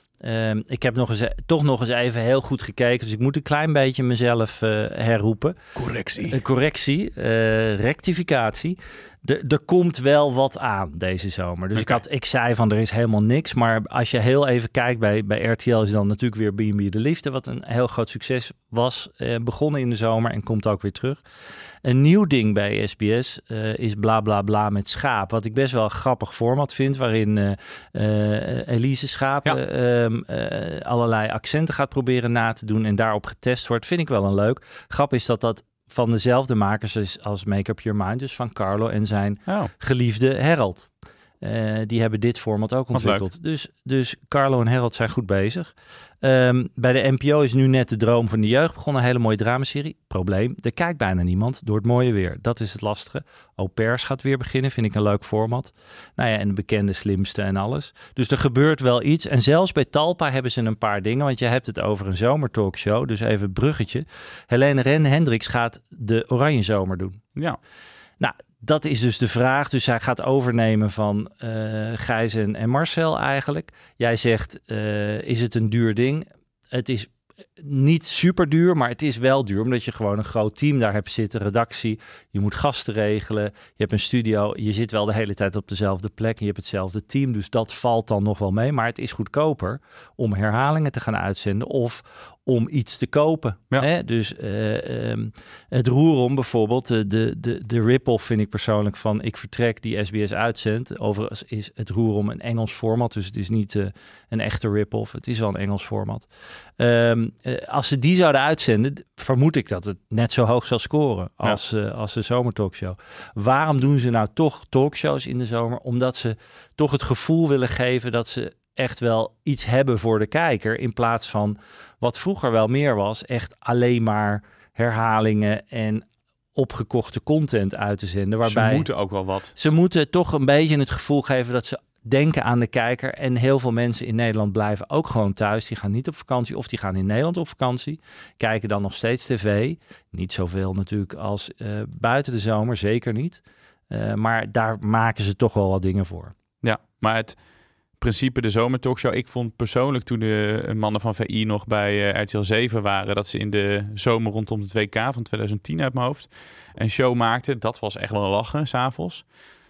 H: Um, ik heb nog eens, toch nog eens even heel goed gekeken, dus ik moet een klein beetje mezelf uh, herroepen.
G: Correctie.
H: Uh, correctie, uh, rectificatie. De, er komt wel wat aan deze zomer. Dus okay. ik, had, ik zei van er is helemaal niks. Maar als je heel even kijkt bij, bij R T L is dan natuurlijk weer B en B de Liefde. Wat een heel groot succes was. Uh, begonnen in de zomer en komt ook weer terug. Een nieuw ding bij S B S uh, is bla bla bla met Schaap. Wat ik best wel een grappig format vind. Waarin uh, uh, Elise Schaap ja. uh, uh, allerlei accenten gaat proberen na te doen. En daarop getest wordt. Vind ik wel een leuk. Grap is dat dat van dezelfde makers als Make Up Your Mind. Dus van Carlo en zijn oh. geliefde Harold. Uh, die hebben dit format ook ontwikkeld. Dus, dus Carlo en Harold zijn goed bezig. Um, bij de N P O is nu net de droom van de jeugd begonnen. Een hele mooie dramaserie. Probleem, er kijkt bijna niemand door het mooie weer. Dat is het lastige. Au Pairs gaat weer beginnen. Vind ik een leuk format. Nou ja, en de bekende Slimste en alles. Dus er gebeurt wel iets. En zelfs bij Talpa hebben ze een paar dingen. Want je hebt het over een zomertalkshow. Dus even het bruggetje. Helene Ren Hendricks gaat de Oranje Zomer doen.
G: Ja.
H: Nou, dat is dus de vraag. Dus hij gaat overnemen van uh, Gijs en, en Marcel eigenlijk. Jij zegt, uh, is het een duur ding? Het is niet super duur, maar het is wel duur. Omdat je gewoon een groot team daar hebt zitten. Redactie, je moet gasten regelen. Je hebt een studio. Je zit wel de hele tijd op dezelfde plek. En je hebt hetzelfde team. Dus dat valt dan nog wel mee. Maar het is goedkoper om herhalingen te gaan uitzenden. Of om iets te kopen. Ja. Hè? Dus uh, um, het Roerom bijvoorbeeld. De, de, de, de rip-off vind ik persoonlijk van Ik Vertrek die S B S uitzendt. Overigens is het Roerom een Engels format. Dus het is niet uh, een echte rip-off. Het is wel een Engels format. Um, uh, als ze die zouden uitzenden, vermoed ik dat het net zo hoog zal scoren als, ja. uh, als de zomertalkshow. Waarom doen ze nou toch talkshows in de zomer? Omdat ze toch het gevoel willen geven dat ze echt wel iets hebben voor de kijker. In plaats van wat vroeger wel meer was, echt alleen maar herhalingen en opgekochte content uit te zenden. Waarbij
G: ze moeten ook wel wat.
H: Ze moeten toch een beetje het gevoel geven dat ze denken aan de kijker. En heel veel mensen in Nederland blijven ook gewoon thuis. Die gaan niet op vakantie of die gaan in Nederland op vakantie. Kijken dan nog steeds tv. Niet zoveel natuurlijk als uh, buiten de zomer, zeker niet. Uh, maar daar maken ze toch wel wat dingen voor.
G: Ja, maar het principe de zomertalkshow. Ik vond persoonlijk toen de mannen van V I nog bij uh, R T L zeven waren, dat ze in de zomer rondom het W K van twintig tien uit mijn hoofd een show maakten. Dat was echt wel een lachen, 's avonds.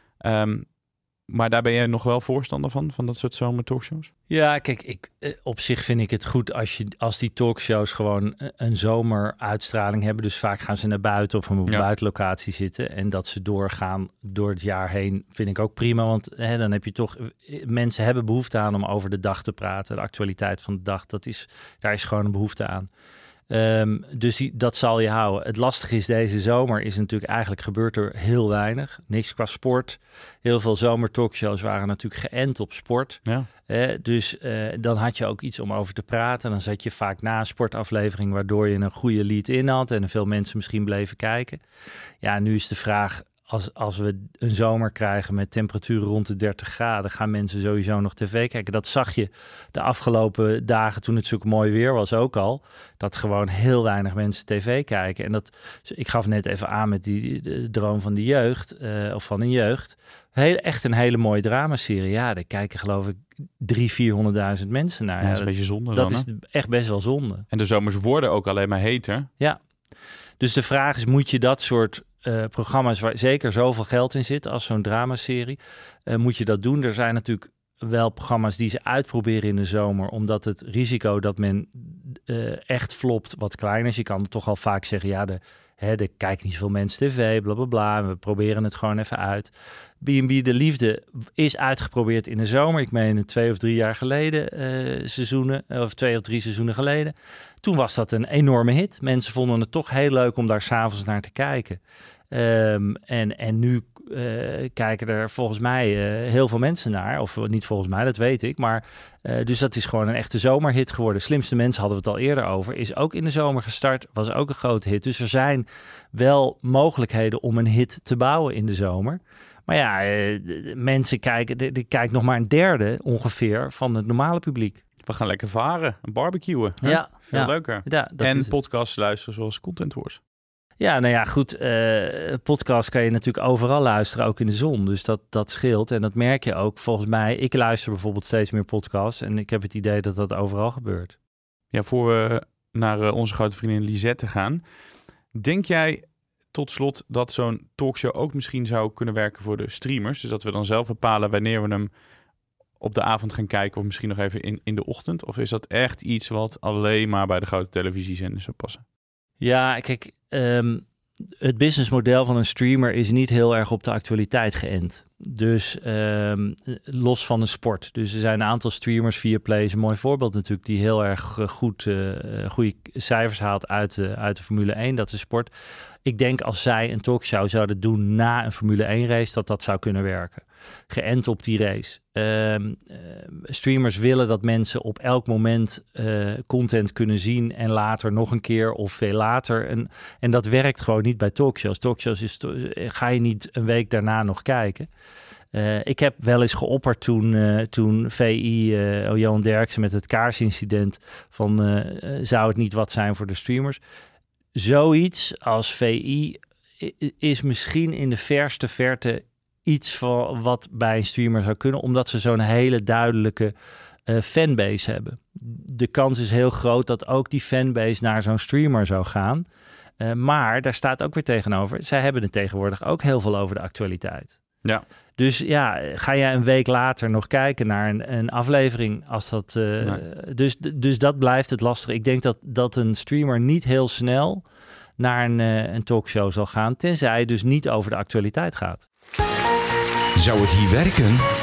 G: Um, Maar daar ben jij nog wel voorstander van, van dat soort zomertalkshows?
H: Ja, kijk, ik, op zich vind ik het goed als, je, als die talkshows gewoon een zomeruitstraling hebben. Dus vaak gaan ze naar buiten of op een ja. buitenlocatie zitten. En dat ze doorgaan door het jaar heen vind ik ook prima. Want hè, dan heb je toch, mensen hebben behoefte aan om over de dag te praten. De actualiteit van de dag, dat is, daar is gewoon een behoefte aan. Um, dus die, dat zal je houden. Het lastige is, deze zomer is natuurlijk eigenlijk gebeurt er heel weinig. Niks qua sport. Heel veel zomertalkshows waren natuurlijk geënt op sport.
G: Ja.
H: Eh, dus uh, dan had je ook iets om over te praten. Dan zat je vaak na een sportaflevering, waardoor je een goede lead-in had en veel mensen misschien bleven kijken. Ja, nu is de vraag, als, als we een zomer krijgen met temperaturen rond de dertig graden, gaan mensen sowieso nog tv kijken. Dat zag je de afgelopen dagen toen het zo mooi weer was ook al. Dat gewoon heel weinig mensen tv kijken. En dat, ik gaf net even aan met die de droom van de jeugd, uh, of van een jeugd. Heel, echt een hele mooie dramaserie. Ja, daar kijken geloof ik drie, vierhonderdduizend mensen naar.
G: Ja, dat is een beetje zonde.
H: Dat
G: dan,
H: is echt best wel zonde.
G: En de zomers worden ook alleen maar heter.
H: Ja. Dus de vraag is, moet je dat soort uh, programma's waar zeker zoveel geld in zit als zo'n dramaserie, uh, moet je dat doen? Er zijn natuurlijk wel programma's die ze uitproberen in de zomer, omdat het risico dat men uh, echt flopt wat kleiner is. Je kan toch al vaak zeggen, ja, de, hè, er kijken niet zoveel mensen tv, bla bla bla. We proberen het gewoon even uit. B en B De Liefde is uitgeprobeerd in de zomer. Ik meen twee of drie jaar geleden, uh, seizoenen, of twee of drie seizoenen geleden. Toen was dat een enorme hit. Mensen vonden het toch heel leuk om daar 's avonds naar te kijken. Um, en, en nu uh, kijken er volgens mij uh, heel veel mensen naar. Of niet volgens mij, dat weet ik. Maar uh, dus dat is gewoon een echte zomerhit geworden. Slimste Mensen hadden we het al eerder over. Is ook in de zomer gestart. Was ook een grote hit. Dus er zijn wel mogelijkheden om een hit te bouwen in de zomer. Maar ja, uh, mensen kijken, die kijkt nog maar een derde ongeveer van het normale publiek.
G: We gaan lekker varen, barbecuen. Hè?
H: Ja,
G: veel
H: ja.
G: leuker.
H: Ja, dat
G: en
H: is
G: podcasts luisteren zoals Content Wars.
H: Ja, nou ja, goed. Uh, podcast kan je natuurlijk overal luisteren, ook in de zon. Dus dat, dat scheelt. En dat merk je ook. Volgens mij, ik luister bijvoorbeeld steeds meer podcasts. En ik heb het idee dat dat overal gebeurt.
G: Ja, voor we naar uh, onze grote vriendin Lisette gaan. Denk jij tot slot dat zo'n talkshow ook misschien zou kunnen werken voor de streamers? Dus dat we dan zelf bepalen wanneer we hem op de avond gaan kijken of misschien nog even in, in de ochtend? Of is dat echt iets wat alleen maar bij de grote televisiezenders zou passen?
H: Ja, kijk, um, het businessmodel van een streamer is niet heel erg op de actualiteit geënt. Dus um, los van de sport. Dus er zijn een aantal streamers, Viaplay is een mooi voorbeeld natuurlijk, die heel erg goed, uh, goede cijfers haalt uit de, uit de Formule één. Dat is sport. Ik denk als zij een talkshow zouden doen na een Formule één race, dat dat zou kunnen werken. Geënt op die race. Uh, uh, streamers willen dat mensen op elk moment uh, content kunnen zien en later nog een keer of veel later. En, en dat werkt gewoon niet bij talkshows. Talkshows is to- ga je niet een week daarna nog kijken. Uh, ik heb wel eens geopperd toen, uh, toen V I, uh, Johan Derksen met het kaarsincident, van uh, uh, zou het niet wat zijn voor de streamers? Zoiets als V I is misschien in de verste verte iets van wat bij een streamer zou kunnen, omdat ze zo'n hele duidelijke uh, fanbase hebben. De kans is heel groot dat ook die fanbase naar zo'n streamer zou gaan. Uh, maar daar staat ook weer tegenover, zij hebben het tegenwoordig ook heel veel over de actualiteit.
G: Ja.
H: Dus ja, ga jij een week later nog kijken naar een, een aflevering als dat. Uh,
G: nee.
H: dus, dus dat blijft het lastige. Ik denk dat, dat een streamer niet heel snel naar een, uh, een talkshow zal gaan, tenzij het dus niet over de actualiteit gaat.
K: Zou het hier werken?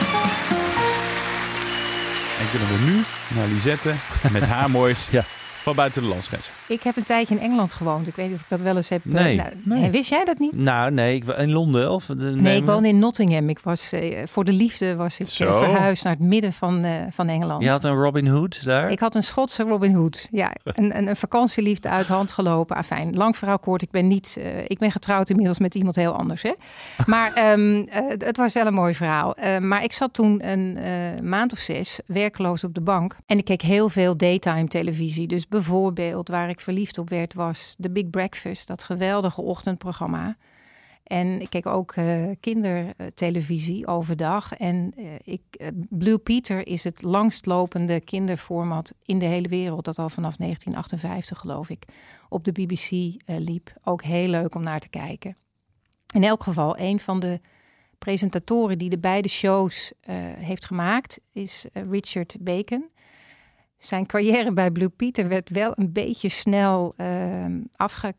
G: En kunnen we nu naar Lisette met haar moois
H: ja.
G: van buiten de landsgrenzen.
C: Ik heb een tijdje in Engeland gewoond. Ik weet niet of ik dat wel eens heb.
H: Nee,
C: uh, nou,
G: nee.
C: Wist jij dat niet?
H: Nou, nee, ik, in Londen of? De,
C: Nee,
H: nee,
C: ik woonde in Nottingham. Ik was uh, voor de liefde was ik uh, verhuisd naar het midden van, uh, van Engeland.
H: Je had een Robin Hood daar?
C: Ik had een Schotse Robin Hood. Ja, een, een, een vakantieliefde uit de hand gelopen. Afijn, lang verhaal kort. Ik ben niet. Uh, ik ben getrouwd inmiddels met iemand heel anders. Hè? Maar um, uh, het was wel een mooi verhaal. Uh, maar ik zat toen een uh, maand of zes werkloos op de bank en ik keek heel veel daytime televisie. Dus bijvoorbeeld waar ik verliefd op werd was The Big Breakfast, dat geweldige ochtendprogramma. En ik keek ook uh, kindertelevisie overdag. En uh, ik, uh, Blue Peter is het langstlopende kinderformat in de hele wereld, dat al vanaf negentien achtenvijftig geloof ik op de B B C uh, liep. Ook heel leuk om naar te kijken. In elk geval, een van de presentatoren die de beide shows uh, heeft gemaakt is uh, Richard Bacon. Zijn carrière bij Blue Peter werd wel een beetje snel uh, afgekapt.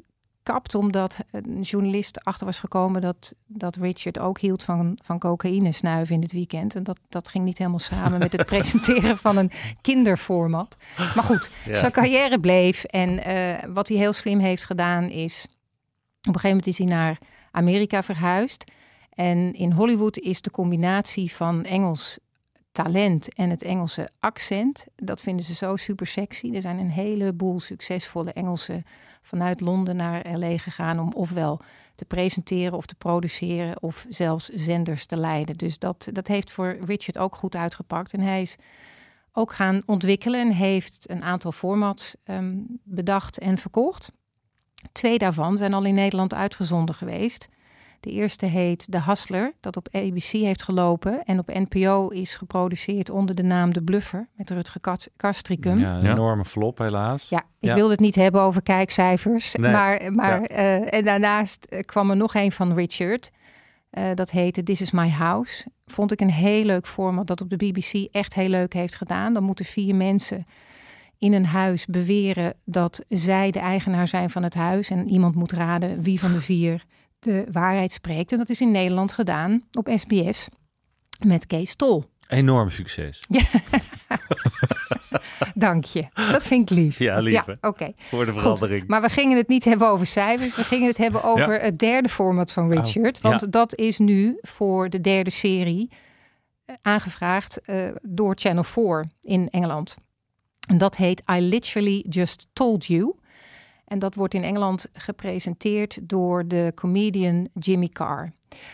C: gekapt omdat een journalist achter was gekomen dat, dat Richard ook hield van, van cocaïne snuiven in het weekend. En dat, dat ging niet helemaal samen met het presenteren van een kinderformat. Maar goed, ja. zijn carrière bleef. En uh, wat hij heel slim heeft gedaan is, op een gegeven moment is hij naar Amerika verhuisd. En in Hollywood is de combinatie van Engels talent en het Engelse accent, dat vinden ze zo super sexy. Er zijn een heleboel succesvolle Engelsen vanuit Londen naar L A gegaan om ofwel te presenteren of te produceren of zelfs zenders te leiden. Dus dat, dat heeft voor Richard ook goed uitgepakt. En hij is ook gaan ontwikkelen en heeft een aantal formats um, bedacht en verkocht. Twee daarvan zijn al in Nederland uitgezonden geweest. De eerste heet The Hustler, dat op A B C heeft gelopen en op N P O is geproduceerd onder de naam De Bluffer met Rutger Kastricum.
H: Ja, een enorme flop helaas.
C: Ja, ik
H: ja.
C: wilde het niet hebben over kijkcijfers, nee. maar, maar
H: ja.
C: uh, en daarnaast kwam er nog een van Richard. Uh, dat heette This Is My House. Vond ik een heel leuk format dat op de B B C echt heel leuk heeft gedaan. Dan moeten vier mensen in een huis beweren dat zij de eigenaar zijn van het huis en iemand moet raden wie van de vier de waarheid spreekt. En dat is in Nederland gedaan op S B S met Kees Tol.
H: Enorm succes.
C: Ja. Dank je. Dat vind ik lief.
H: Ja, lief. Ja,
C: oké. Okay.
H: Voor de verandering.
C: Goed, maar we gingen het niet hebben over cijfers. We gingen het hebben over ja. het derde format van Richard. Want ja. dat is nu voor de derde serie uh, aangevraagd uh, door Channel vier in Engeland. En dat heet I Literally Just Told You. En dat wordt in Engeland gepresenteerd door de comedian Jimmy Carr.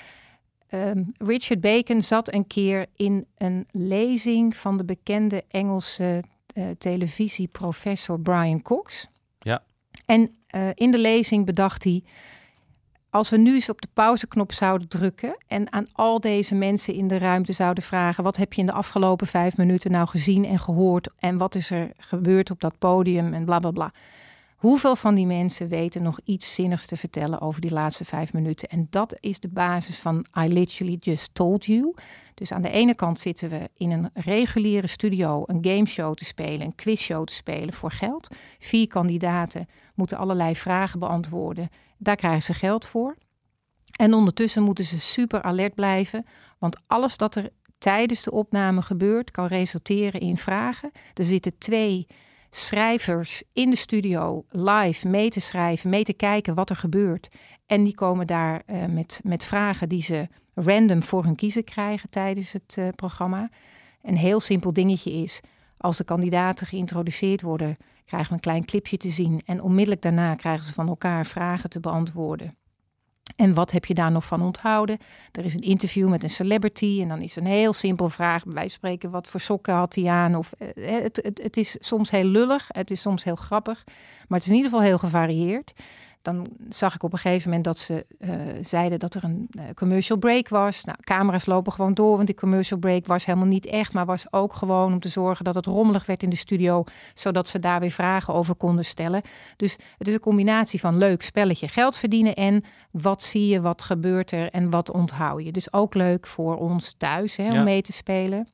C: Um, Richard Bacon zat een keer in een lezing van de bekende Engelse uh, televisieprofessor Brian Cox.
H: Ja.
C: En uh, in de lezing bedacht hij, als we nu eens op de pauzeknop zouden drukken en aan al deze mensen in de ruimte zouden vragen, wat heb je in de afgelopen vijf minuten nou gezien en gehoord en wat is er gebeurd op dat podium en bla bla bla. Hoeveel van die mensen weten nog iets zinnigs te vertellen over die laatste vijf minuten? En dat is de basis van I Literally Just Told You. Dus aan de ene kant zitten we in een reguliere studio een gameshow te spelen, een quizshow te spelen voor geld. Vier kandidaten moeten allerlei vragen beantwoorden. Daar krijgen ze geld voor. En ondertussen moeten ze super alert blijven, want alles dat er tijdens de opname gebeurt kan resulteren in vragen. Er zitten twee schrijvers in de studio live mee te schrijven, mee te kijken wat er gebeurt. En die komen daar uh, met, met vragen die ze random voor hun kiezen krijgen tijdens het uh, programma. Een heel simpel dingetje is, als de kandidaten geïntroduceerd worden, krijgen we een klein clipje te zien. En onmiddellijk daarna krijgen ze van elkaar vragen te beantwoorden. En wat heb je daar nog van onthouden? Er is een interview met een celebrity en dan is een heel simpel vraag. Bij wijze van spreken, wat voor sokken had hij aan? Of, uh, het, het, het is soms heel lullig, het is soms heel grappig. Maar het is in ieder geval heel gevarieerd. Dan zag ik op een gegeven moment dat ze uh, zeiden dat er een uh, commercial break was. Nou, camera's lopen gewoon door, want die commercial break was helemaal niet echt. Maar was ook gewoon om te zorgen dat het rommelig werd in de studio, zodat ze daar weer vragen over konden stellen. Dus het is een combinatie van leuk spelletje, geld verdienen en wat zie je, wat gebeurt er en wat onthoud je. Dus ook leuk voor ons thuis hè, om ja. mee te spelen.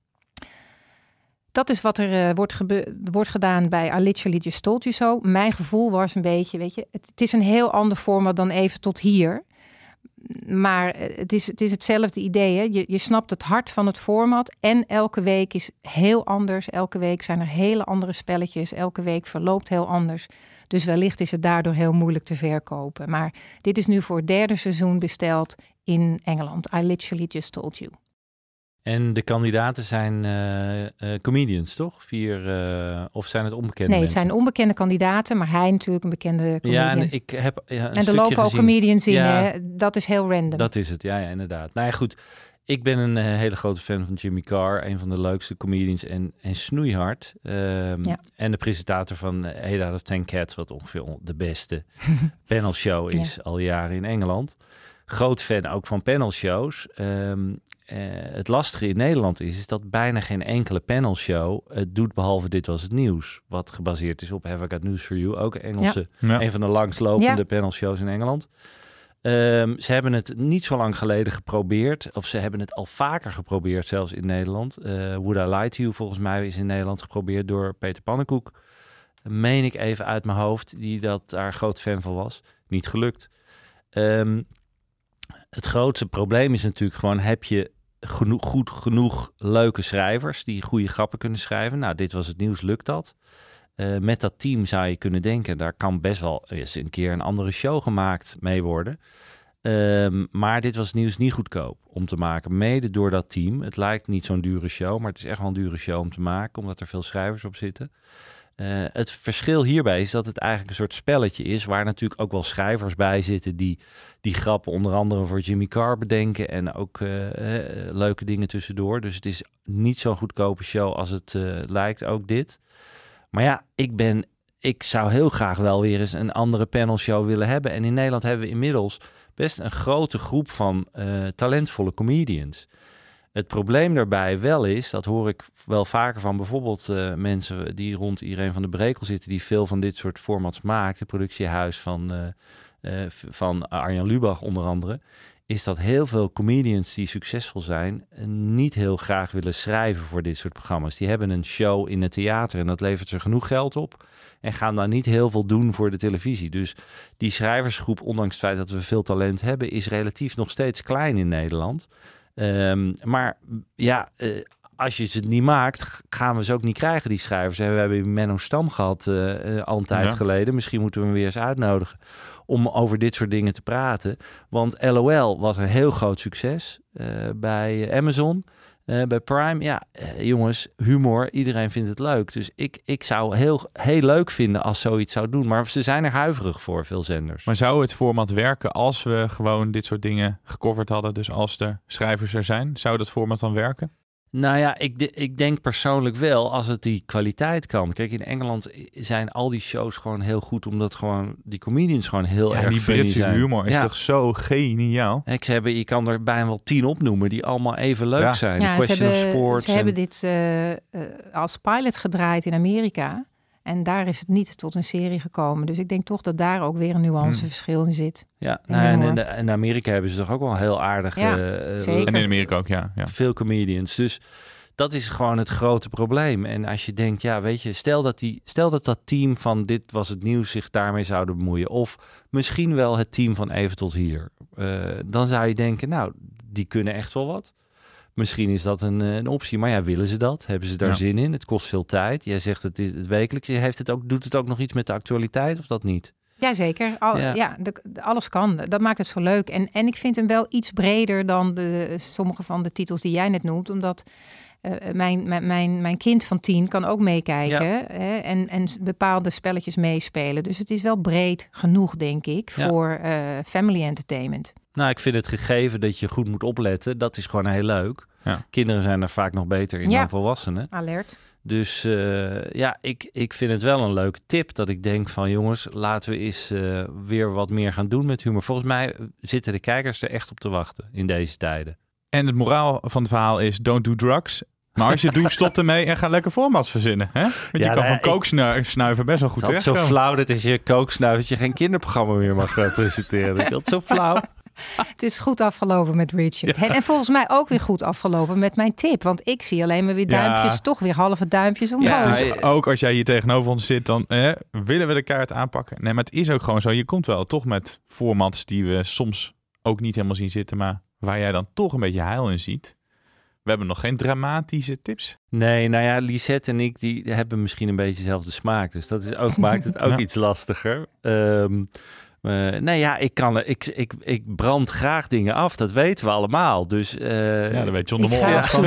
C: Dat is wat er uh, wordt, gebe- wordt gedaan bij I Literally Just Told You So. Mijn gevoel was een beetje, weet je, het, het is een heel ander format dan even tot hier. Maar het is, het is hetzelfde idee. Hè? Je, je snapt het hart van het format. En elke week is heel anders. Elke week zijn er hele andere spelletjes. Elke week verloopt heel anders. Dus wellicht is het daardoor heel moeilijk te verkopen. Maar dit is nu voor het derde seizoen besteld in Engeland. I Literally Just Told You.
H: En de kandidaten zijn uh, uh, comedians, toch? Vier, uh, of zijn het onbekende
C: Nee,
H: mensen?
C: het zijn onbekende kandidaten, maar hij natuurlijk een bekende comedian.
H: Ja, en ik heb ja, een
C: En er lopen ook
H: gezien.
C: comedians in,
H: ja,
C: hè? Dat is heel random.
H: Dat is het, ja, ja inderdaad. Nou ja, goed. Ik ben een uh, hele grote fan van Jimmy Carr. Een van de leukste comedians en, en snoeihard. Um, ja. En de presentator van Eight Out of Ten Cats, wat ongeveer de beste panelshow is ja. al jaren in Engeland. Groot fan ook van panelshows. Um, uh, het lastige in Nederland is, is dat bijna geen enkele panelshow het doet, behalve Dit Was Het Nieuws. Wat gebaseerd is op Have I Got News For You. Ook een Engelse, ja. Ja. een van de langstlopende ja. panelshows in Engeland. Um, ze hebben het niet zo lang geleden geprobeerd. Of ze hebben het al vaker geprobeerd, zelfs in Nederland. Uh, Would I Lie To You, volgens mij, is in Nederland geprobeerd door Peter Pannenkoek. Meen ik even uit mijn hoofd, die dat daar groot fan van was. niet gelukt. Um, het grootste probleem is natuurlijk gewoon, heb je genoeg, goed genoeg leuke schrijvers die goede grappen kunnen schrijven? Nou, dit was het nieuws, lukt dat? Uh, met dat team zou je kunnen denken, daar kan best wel eens een keer een andere show gemaakt mee worden. Um, maar dit was nieuws niet goedkoop om te maken, mede door dat team. Het lijkt niet zo'n dure show, maar het is echt wel een dure show om te maken, omdat er veel schrijvers op zitten. Uh, het verschil hierbij is dat het eigenlijk een soort spelletje is, waar natuurlijk ook wel schrijvers bij zitten die die grappen onder andere voor Jimmy Carr bedenken en ook uh, uh, leuke dingen tussendoor. Dus het is niet zo'n goedkope show als het uh, lijkt, ook dit. Maar ja, ik ben, ik zou heel graag wel weer eens een andere panelshow willen hebben. En in Nederland hebben we inmiddels best een grote groep van uh, talentvolle comedians. Het probleem daarbij wel is, dat hoor ik wel vaker van bijvoorbeeld uh, mensen die rond Irene van der Brekel zitten, die veel van dit soort formats maakt, het productiehuis van, uh, uh, van Arjan Lubach onder andere, is dat heel veel comedians die succesvol zijn niet heel graag willen schrijven voor dit soort programma's. Die hebben een show in het theater en dat levert ze genoeg geld op en gaan dan niet heel veel doen voor de televisie. Dus die schrijversgroep, ondanks het feit dat we veel talent hebben, is relatief nog steeds klein in Nederland. Um, maar ja, uh, als je ze niet maakt, gaan we ze ook niet krijgen, die schrijvers. En we hebben Menno Stam gehad uh, uh, al een tijd ja. geleden. Misschien moeten we hem weer eens uitnodigen om over dit soort dingen te praten. Want L O L was een heel groot succes uh, bij Amazon, uh, bij Prime. Ja, uh, jongens, humor, iedereen vindt het leuk. Dus ik, ik zou heel, heel leuk vinden als zoiets zou doen. Maar ze zijn er huiverig voor, veel zenders.
G: Maar zou het format werken als we gewoon dit soort dingen gecoverd hadden? Dus als de schrijvers er zijn, zou dat format dan werken?
H: Nou ja, ik, de, ik denk persoonlijk wel als het die kwaliteit kan. Kijk, in Engeland zijn al die shows gewoon heel goed, omdat gewoon die comedians gewoon heel
G: ja,
H: erg
G: die
H: funny zijn.
G: Britse humor is
H: ja.
G: toch zo geniaal?
H: Ik, ze hebben, je kan er bijna wel tien opnoemen die allemaal even leuk
G: ja.
H: zijn.
C: Ja,
H: Question
C: ze hebben,
H: of Sports.
C: Ze en... hebben dit uh, uh, als pilot gedraaid in Amerika. En daar is het niet tot een serie gekomen. Dus ik denk toch dat daar ook weer een nuanceverschil hmm. in zit.
H: Ja, nou, en in, de, in Amerika hebben ze toch ook wel heel aardig.
C: Ja,
H: uh,
C: zeker.
G: En in Amerika ook, ja. ja.
H: Veel comedians. Dus dat is gewoon het grote probleem. En als je denkt, ja, weet je, stel dat die, stel dat dat team van Dit Was Het Nieuws zich daarmee zouden bemoeien. Of misschien wel het team van Even Tot Hier. Uh, dan zou je denken, nou, die kunnen echt wel wat. Misschien is dat een, een optie. Maar ja, willen ze dat? Hebben ze daar ja. zin in? Het kost veel tijd. Jij zegt het, het wekelijks. Heeft het ook, doet het ook nog iets met de actualiteit of dat niet?
C: Jazeker. Al, ja, ja de, de, alles kan. Dat maakt het zo leuk. En, en ik vind hem wel iets breder dan de, sommige van de titels die jij net noemt. Omdat uh, mijn, mijn, mijn, mijn kind van tien kan ook meekijken. Ja. Hè, en, en bepaalde spelletjes meespelen. Dus het is wel breed genoeg, denk ik, ja. voor uh, family entertainment.
H: Nou, ik vind het gegeven dat je goed moet opletten. Dat is gewoon heel leuk. Ja. Kinderen zijn er vaak nog beter in ja. dan volwassenen.
C: Alert.
H: Dus uh, ja, ik, ik vind het wel een leuke tip. Dat ik denk van jongens, laten we eens uh, weer wat meer gaan doen met humor. Volgens mij zitten de kijkers er echt op te wachten in deze tijden.
G: En het moraal van het verhaal is don't do drugs. Maar als je het doet, stop ermee en ga lekker formats verzinnen. Hè? Want ja, je kan nou, van kooksnuiven best wel goed
H: terecht. Dat is zo flauw dat als je kooksnuift dat je geen kinderprogramma meer mag uh, presenteren. Dat is zo flauw.
C: Het is goed afgelopen met Richard. Ja. En, en volgens mij ook weer goed afgelopen met mijn tip. Want ik zie alleen maar weer duimpjes, ja. toch weer halve duimpjes omhoog.
G: Ja, dus ook als jij hier tegenover ons zit, dan eh, willen we de kaart aanpakken. Nee, maar het is ook gewoon zo. Je komt wel toch met formats die we soms ook niet helemaal zien zitten. Maar waar jij dan toch een beetje heil in ziet. We hebben nog geen dramatische tips.
H: Nee, nou ja, Lisette en ik die hebben misschien een beetje dezelfde smaak. Dus dat is ook, maakt het ook ja. iets lastiger. Um, Uh, nee, ja, ik, kan, ik, ik, ik brand graag dingen af. Dat weten we allemaal. Dus, uh,
G: ja, dat weet John de Mol ja. van.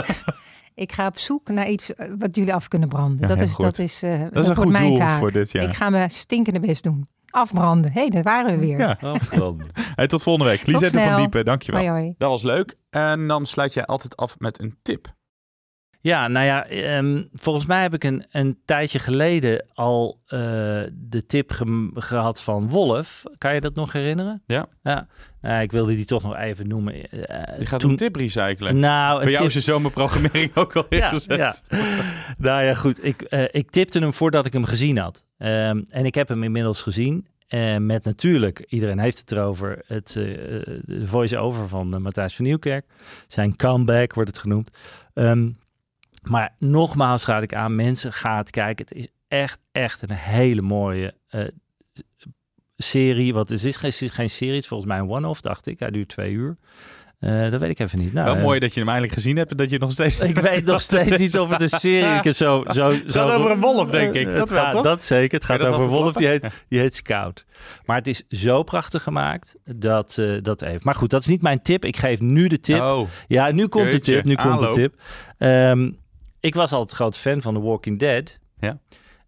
C: Ik ga op zoek naar iets wat jullie af kunnen branden.
G: Ja,
C: dat, is, dat is, uh, dat, dat is een
G: goed
C: mijn
G: doel
C: taak.
G: Voor dit, ja.
C: Ik ga mijn stinkende best doen. Afbranden. Hé, hey, daar waren we weer.
G: Ja, afbranden. Hey, tot volgende week. Lisette van Diepen, dankjewel.
C: Hoi, hoi.
G: Dat was leuk. En dan sluit jij altijd af met een tip.
H: Ja, nou ja, um, volgens mij heb ik een, een tijdje geleden al uh, de tip ge- gehad van Wolf. Kan je dat nog herinneren?
G: Ja.
H: Ja. Uh, ik wilde die toch nog even noemen. Uh,
G: je gaat
H: toen...
G: een tip recyclen.
H: Nou,
G: Bij jou
H: tip...
G: is de zomerprogrammering ook al ingezet.
H: Ja, ja. Nou ja, goed. Ik, uh, ik tipte hem voordat ik hem gezien had. Um, en ik heb hem inmiddels gezien. Uh, met natuurlijk, iedereen heeft het erover, het uh, de voice-over van uh, Matthijs van Nieuwkerk. Zijn comeback wordt het genoemd. Um, Maar nogmaals raad ik aan, mensen, ga het kijken. Het is echt, echt een hele mooie uh, serie. Wat is dit? Het is geen serie, het is volgens mij een one-off, dacht ik. Hij duurt twee uur. Uh, dat weet ik even niet. Nou,
G: Wel
H: uh,
G: mooi dat je hem eindelijk gezien hebt en dat je nog steeds...
H: Ik weet nog steeds niet of het een serie is. Zo, zo,
G: het
H: zo,
G: gaat over een wolf, denk ik.
H: Uh,
G: dat
H: gaat,
G: wel,
H: dat zeker. Het gaat over een wolf, die heet,
G: ja.
H: die heet Scout. Maar het is zo prachtig gemaakt dat uh, dat heeft. Maar goed, dat is niet mijn tip. Ik geef nu de tip.
G: Oh,
H: ja, nu komt
G: jeetje,
H: de tip. Nu
G: aanloop.
H: komt de tip. Um, ik was altijd een groot fan van The Walking Dead.
G: Ja.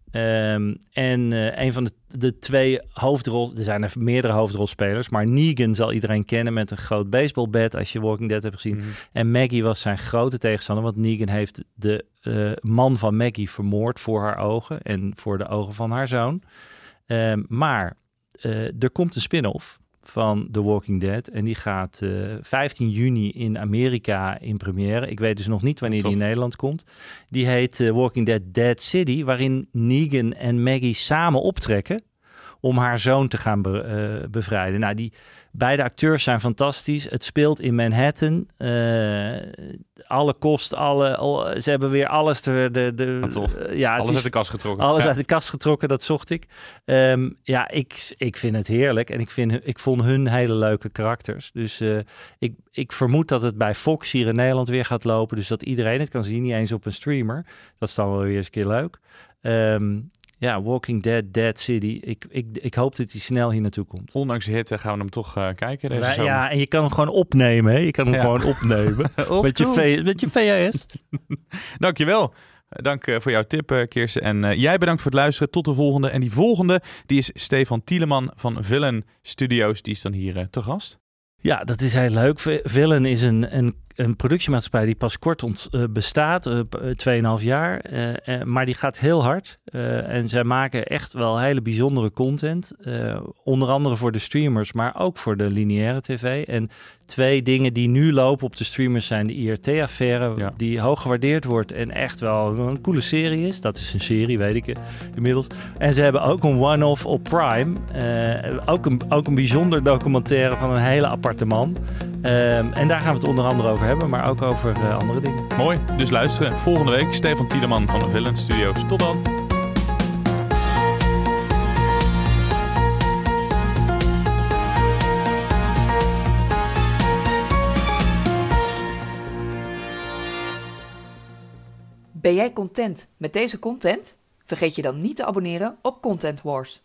H: Um, en uh, een van de, de twee hoofdrol... Er zijn er meerdere hoofdrolspelers... maar Negan zal iedereen kennen met een groot baseballbat... als je Walking Dead hebt gezien. Mm. En Maggie was zijn grote tegenstander... want Negan heeft de uh, man van Maggie vermoord voor haar ogen... en voor de ogen van haar zoon. Um, maar uh, er komt een spin-off van The Walking Dead... en die gaat uh, vijftien juni in Amerika in première. Ik weet dus nog niet wanneer die in Nederland komt. Die heet uh, Walking Dead Dead City... waarin Negan en Maggie samen optrekken... om haar zoon te gaan be- uh, bevrijden. Nou, die beide acteurs zijn fantastisch. Het speelt in Manhattan. Uh, alle kost, alle, al, ze hebben weer alles te, de, de,
G: uh,
H: ja,
G: alles
H: is,
G: uit de kast getrokken.
H: Alles
G: ja.
H: uit de kast getrokken, dat zocht ik. Um, ja, ik, ik vind het heerlijk. En ik, vind, ik vond hun hele leuke karakters. Dus uh, ik, ik vermoed dat het bij Fox hier in Nederland weer gaat lopen. Dus dat iedereen het kan zien, niet eens op een streamer. Dat is dan wel weer eens een keer leuk. Um, Ja, Walking Dead, Dead City. Ik, ik, ik hoop dat hij snel hier naartoe komt.
G: Ondanks de hitte gaan we hem toch uh, kijken deze
H: ja,
G: zomer.
H: Ja, en je kan hem gewoon opnemen. Hè? Je kan hem ja. gewoon opnemen. met, je v, met je V H S.
G: Dankjewel. Dank uh, voor jouw tip, uh, Kirsten. En uh, jij bedankt voor het luisteren. Tot de volgende. En die volgende, die is Stefan Tieleman van Villain Studios. Die is dan hier uh, te gast.
H: Ja, dat is heel leuk. Villain is een, een, een productiemaatschappij die pas kort ont, uh, bestaat, uh, tweeënhalf jaar. Uh, uh, maar die gaat heel hard. Uh, en zij maken echt wel hele bijzondere content. Uh, onder andere voor de streamers, maar ook voor de lineaire tv. En twee dingen die nu lopen op de streamers zijn de I R T-affaire, ja. die hoog gewaardeerd wordt en echt wel een coole serie is. Dat is een serie, weet ik inmiddels. En ze hebben ook een one-off op Prime. Uh, ook, een, ook een bijzonder documentaire van een hele aparte man. Uh, en daar gaan we het onder andere over hebben, maar ook over uh, andere dingen.
G: Mooi, dus luisteren. Volgende week Stefan Tieleman van de Villain Studios. Tot dan!
M: Ben jij content met deze content? Vergeet je dan niet te abonneren op Content Wars.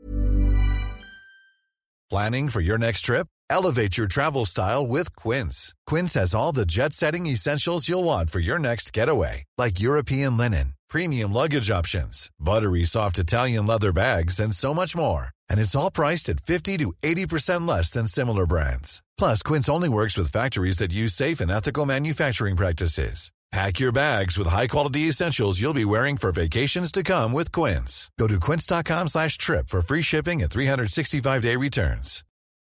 N: Planning for your next trip? Elevate your travel style with Quince. Quince has all the jet-setting essentials you'll want for your next getaway, like European linen, premium luggage options, buttery soft Italian leather bags, and so much more. And it's all priced at fifty to eighty percent less than similar brands. Plus, Quince only works with factories that use safe and ethical manufacturing practices. Pack your bags with high-quality essentials you'll be wearing for vacations to come with Quince. Go to quince dot com slash trip for free shipping and three sixty-five day returns.